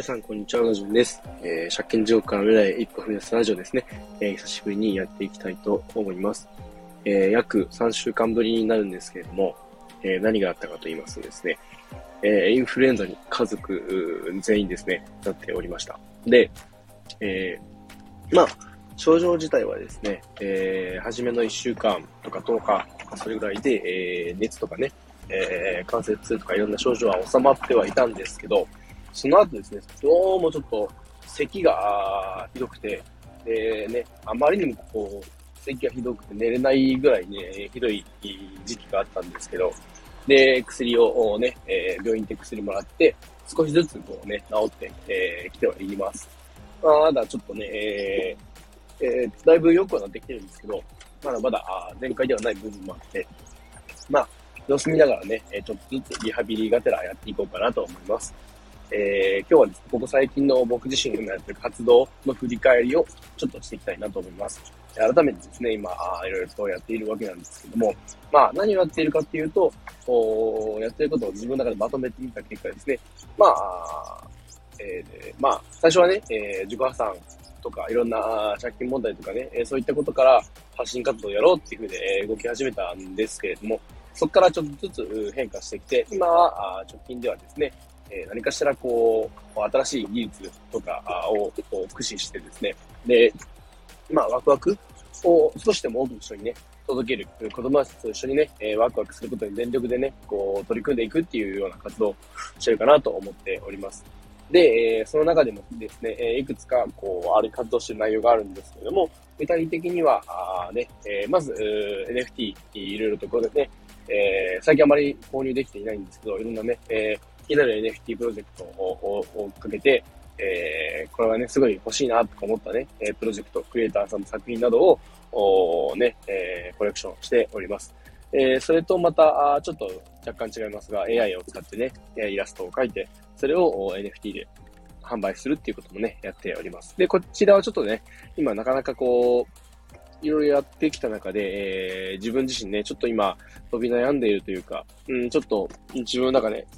皆さん、こんにちは。ラジオです。借金地獄から未来へ一歩踏み出すラジオですね。久しぶりにやっていきたいと思います。約3週間ぶりになるんですけれども、何があったかと言いますとですね、インフルエンザに家族全員ですね、なっておりました。で、症状自体はですね、初めの1週間とか10日、それぐらいで、熱とかね、関節痛とかいろんな症状は収まってはいたんですけど、その後ですね、どうもちょっと咳がひどくて、でね、あまりにも咳がひどくて寝れないぐらいね、ひどい時期があったんですけど、で、薬をね、病院で薬もらって、少しずつ治ってきてはいます。まだちょっとね、だいぶ良くはなってきてるんですけど、まだまだ全開ではない部分もあって、様子見ながらね、ちょっとずつリハビリがてらやっていこうかなと思います。今日はですね、ここ最近の僕自身がやってる活動の振り返りをちょっとしていきたいなと思います。改めてですね、今、いろいろとやっているわけなんですけども、何をやっているかっていうと、やっていることを自分の中でまとめてみた結果ですね、最初はね、自己破産とか、いろんな借金問題とかね、そういったことから発信活動をやろうっていうふうで動き始めたんですけれども、そこからちょっとずつ変化してきて、今は直近ではですね、何かしら新しい技術とかを駆使してですね、で、ワクワクを少しでも多くの人にね、届ける、子供たちと一緒にね、ワクワクすることに全力でね、取り組んでいくっていうような活動をしてるかなと思っております。で、その中でもですね、いくつか、ある活動してる内容があるんですけれども、具体的には、まず、NFT、いろいろところでね、最近あまり購入できていないんですけど、いろんなね、気になる NFT プロジェクトをかけて、これはね、すごい欲しいなと思ったね、プロジェクト、クリエイターさんの作品などを、コレクションしております。それとまた、ちょっと若干違いますが、AI を使ってね、イラストを描いて、それを NFT で販売するっていうこともね、やっております。で、こちらはちょっとね、今なかなかいろいろやってきた中で、自分自身ね、ちょっと今、飛び悩んでいるというか、ちょっと自分の中で、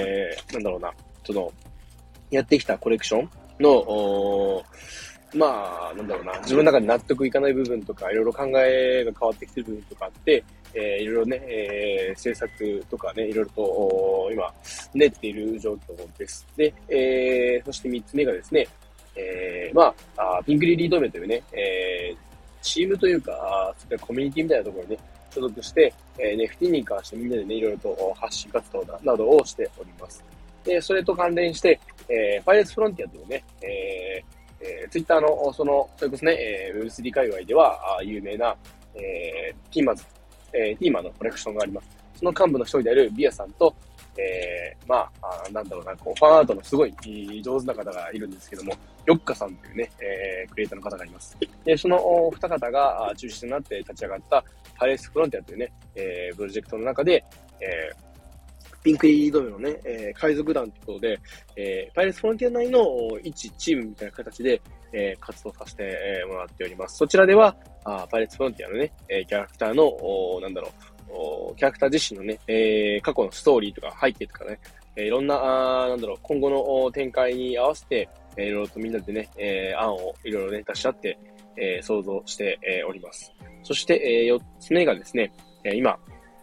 やってきたコレクションの、自分の中で納得いかない部分とか、いろいろ考えが変わってきてる部分とかあって、いろいろね、制作とかね、いろいろと、今、練っている状況です。で、そして三つ目がですね、ピンクリリードメというね、チームというか、コミュニティみたいなところにね、所属して、NFT に関してみんなでね、いろいろと発信活動などをしております。で、それと関連して、パイレーツフロンティアというね、ツイッターの、それこそね、Web3 界隈では有名な、ティーマのコレクションがあります。その幹部の一人であるビアさんと、ファンアートのすごい上手な方がいるんですけども、ヨッカさんというね、クリエイターの方がいます。で、その二方が中心となって立ち上がったパレースフロンティアというね、プロジェクトの中で、ピンクリドメのね、海賊団ということで、パイレーツフロンティア内の一チームみたいな形で、活動させてもらっております。そちらでは、パイレーツフロンティアのね、キャラクターの、キャラクター自身のね、過去のストーリーとか背景とかね、いろんな、今後の展開に合わせて、いろいろとみんなでね、案をいろいろね、出し合って、想像しております。そして、四つ目がですね、今、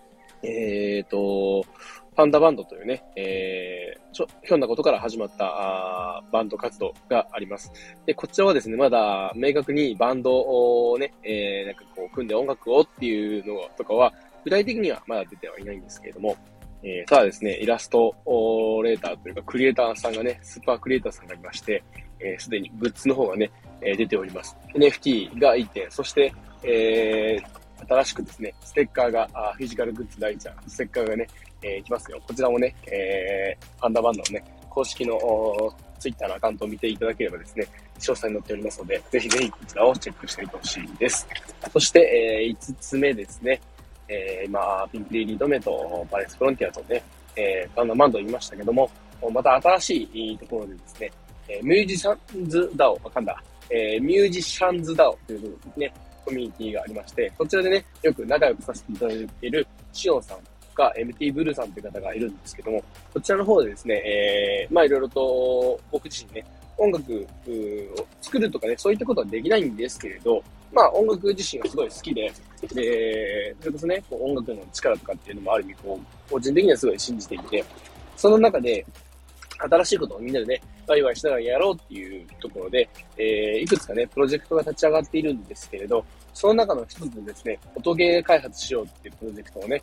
パンダバンドというね、ひょんなことから始まったバンド活動があります。で、こちらはですね、まだ明確にバンドをね、組んで音楽をっていうのとかは、具体的にはまだ出てはいないんですけれども、ただですね、イラストレーターというか、クリエイターさんがね、スーパークリエイターさんがいまして、すでにグッズの方がね、出ております。NFT が1点、そして、新しくですね、ステッカーが、フィジカルグッズ第一弾、ステッカーがね、来ますよ。こちらもね、パンダバンドのね、公式のツイッターのアカウントを見ていただければですね、詳細に載っておりますので、ぜひぜひこちらをチェックしてみてほしいです。そして、5つ目ですね、ピンクリリードメとパレスフロンティアとね、パンダバンド言いましたけども、また新しいところでですね、ミュージシャンズダオ、ミュージシャンズダオというね、コミュニティがありまして、そちらでね、よく仲良くさせていただいているシオンさんか、MT ブルーさんという方がいるんですけども、こちらの方でですね、まあいろいろと僕自身ね、音楽を作るとかね、そういったことはできないんですけれど、まあ音楽自身がすごい好きで、で、それこそね、こう音楽の力とかっていうのもある意味、こう、個人的にはすごい信じていて、その中で、新しいことをみんなでね、ワイワイしながらやろうっていうところで、いくつかね、プロジェクトが立ち上がっているんですけれど、その中の一つでですね、音ゲー開発しようっていうプロジェクトをね、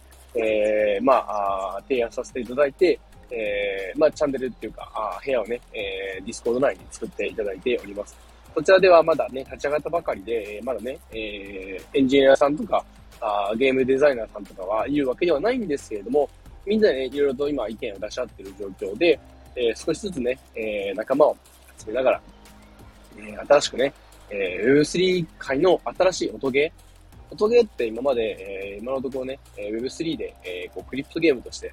提案させていただいて、まあ、チャンネルっていうか、部屋をね、ディスコード内に作っていただいております。こちらではまだね、立ち上がったばかりで、まだね、エンジニアさんとか、ゲームデザイナーさんとかはいるわけではないんですけれども、みんなでね、いろいろと今意見を出し合っている状況で、少しずつね、仲間を集めながら、新しくね、Web3 界の新しい音ゲーって今まで、今のところね、Web3 で、こうクリプトゲームとして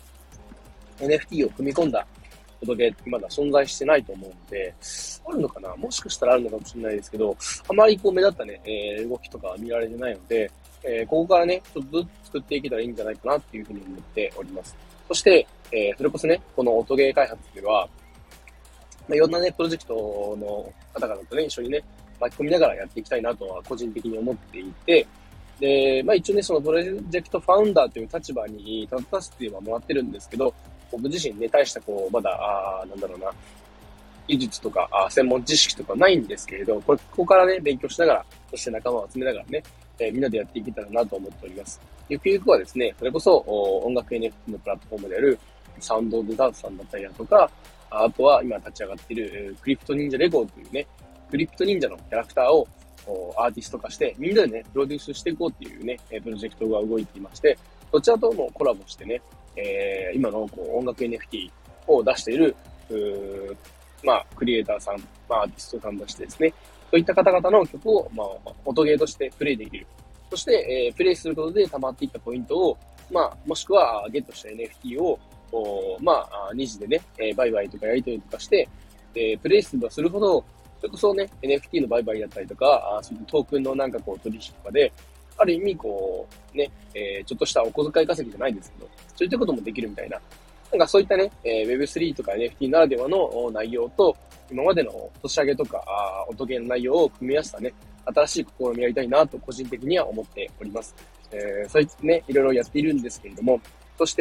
NFT を組み込んだ音ゲーってまだ存在してないと思うので、あるのかな、もしかしたらあるのかもしれないですけど、あまりこう目立ったね、動きとかは見られてないので、ここからね、ちょっとずつ作っていけたらいいんじゃないかなっていうふうに思っております。そして、それこそね、この音ゲー開発っていうのは、まあ、いろんなね、プロジェクトの方々とね、一緒にね、巻き込みながらやっていきたいなとは個人的に思っていて、で、まあ一応ね、そのプロジェクトファウンダーという立場に立たせてはもらってるんですけど、僕自身ね、大したこう、まだ、なんだろうな、技術とか、専門知識とかないんですけれど、ここからね、勉強しながら、そして仲間を集めながらね、みんなでやっていけたらなと思っております。ゆくゆくはですね、それこそ、音楽 NFT のプラットフォームである、サウンドデザートさんだったりだとか、あとは今立ち上がっている、クリプト忍者レゴーというね、クリプト忍者のキャラクターをアーティスト化して、みんなでね、プロデュースしていこうっていうね、プロジェクトが動いていまして、そちらともコラボしてね、今のこう音楽 NFT を出している、まあ、クリエイターさん、まあ、アーティストさんとしてですね、そういった方々の曲を、まあ、音ゲーとしてプレイできる。そして、プレイすることで溜まっていったポイントを、まあ、もしくは、ゲットした NFT を、まあ、二次でね、売買とかやり取りとかして、プレイすればするほど、それこそね、NFT の売買だったりとか、そういうトークンのなんかこう取引とかで、ある意味こう、ね、ちょっとしたお小遣い稼ぎじゃないですけど、そういったこともできるみたいな。なんかそういったね、Web3 とか NFT ならではの内容と、今までの年上げとか、音ゲーの内容を組み合わせたね、新しい試みやりたいなと個人的には思っております。そういったね、いろいろやっているんですけれども、そして、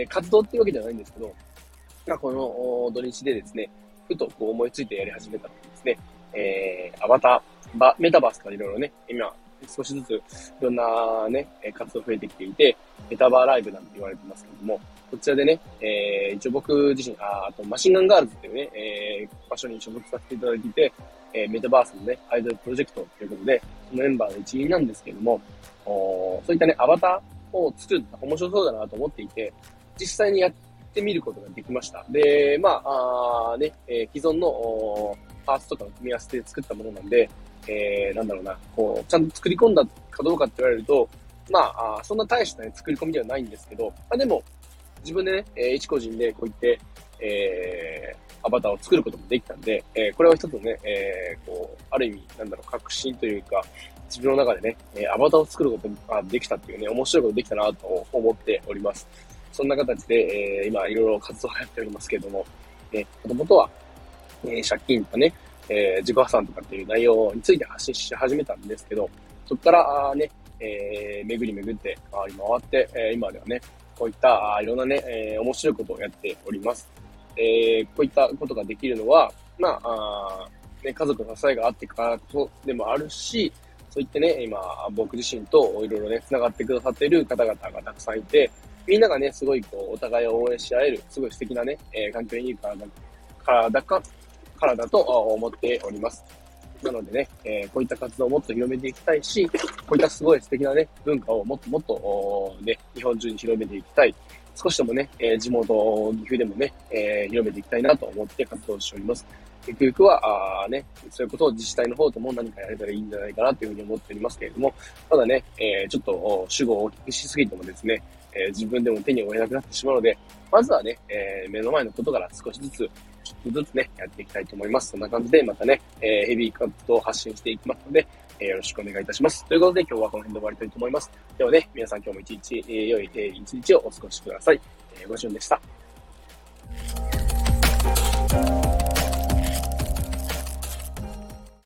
活動っていうわけではないんですけど、まあ、この土日でですね、ふとこう思いついてやり始めたのですね、アバター、メタバースとかいろいろね、今、少しずついろんなね、活動増えてきていて、メタバーライブなんて言われてますけども、こちらでね、一応僕自身、あとマシンガンガールズっていうね、場所に所属させていただいていて、メタバースのね、アイドルプロジェクトということで、そのメンバーの一員なんですけども、そういったね、アバターを作るの面白そうだなと思っていて、実際にやってみることができました。で、まあ、既存のパーツとかの組み合わせで作ったものなんで、なんだろうな、こう、ちゃんと作り込んだかどうかって言われると、まあ、そんな大したね、作り込みではないんですけど、でも、自分でね、一個人でこう言って、アバターを作ることもできたんで、これは一つのね、こう、ある意味、なんだろう、革新というか、自分の中でね、アバターを作ることができたっていうね、面白いことできたなと思っております。そんな形で、今、いろいろ活動をやっておりますけれども、もともとは、借金とかね、自己破産とかっていう内容について発信し始めたんですけど、そこからね、巡り巡って回り回って、今ではね、こういったいろんなね、面白いことをやっております。こういったことができるのは、まあ、ね、家族の支えがあってからこそでもあるし、そういってね、今、僕自身といろいろね、繋がってくださっている方々がたくさんいて、みんながね、すごいこう、お互いを応援し合える、すごい素敵なね、環境にいいからだと思っております。なのでね、こういった活動をもっと広めていきたいし、こういったすごい素敵なね、文化をもっともっと、ね、日本中に広めていきたい。少しでもね、地元、岐阜でもね、広めていきたいなと思って活動しております。ゆくゆくは、ね、そういうことを自治体の方とも何かやれたらいいんじゃないかなというふうに思っておりますけれども、ただね、ちょっと主語を大きくしすぎてもですね、自分でも手に負えなくなってしまうので、まずはね、目の前のことから少しずつ、ちょっとずつね、やっていきたいと思います。そんな感じで、またね、ヘビーカットを発信していきますので、 よろしくお願いいたします。ということで今日はこの辺で終わりたいと思います。ではね、皆さん今日も一日、良い一日をお過ごしください。ごしゅんでした。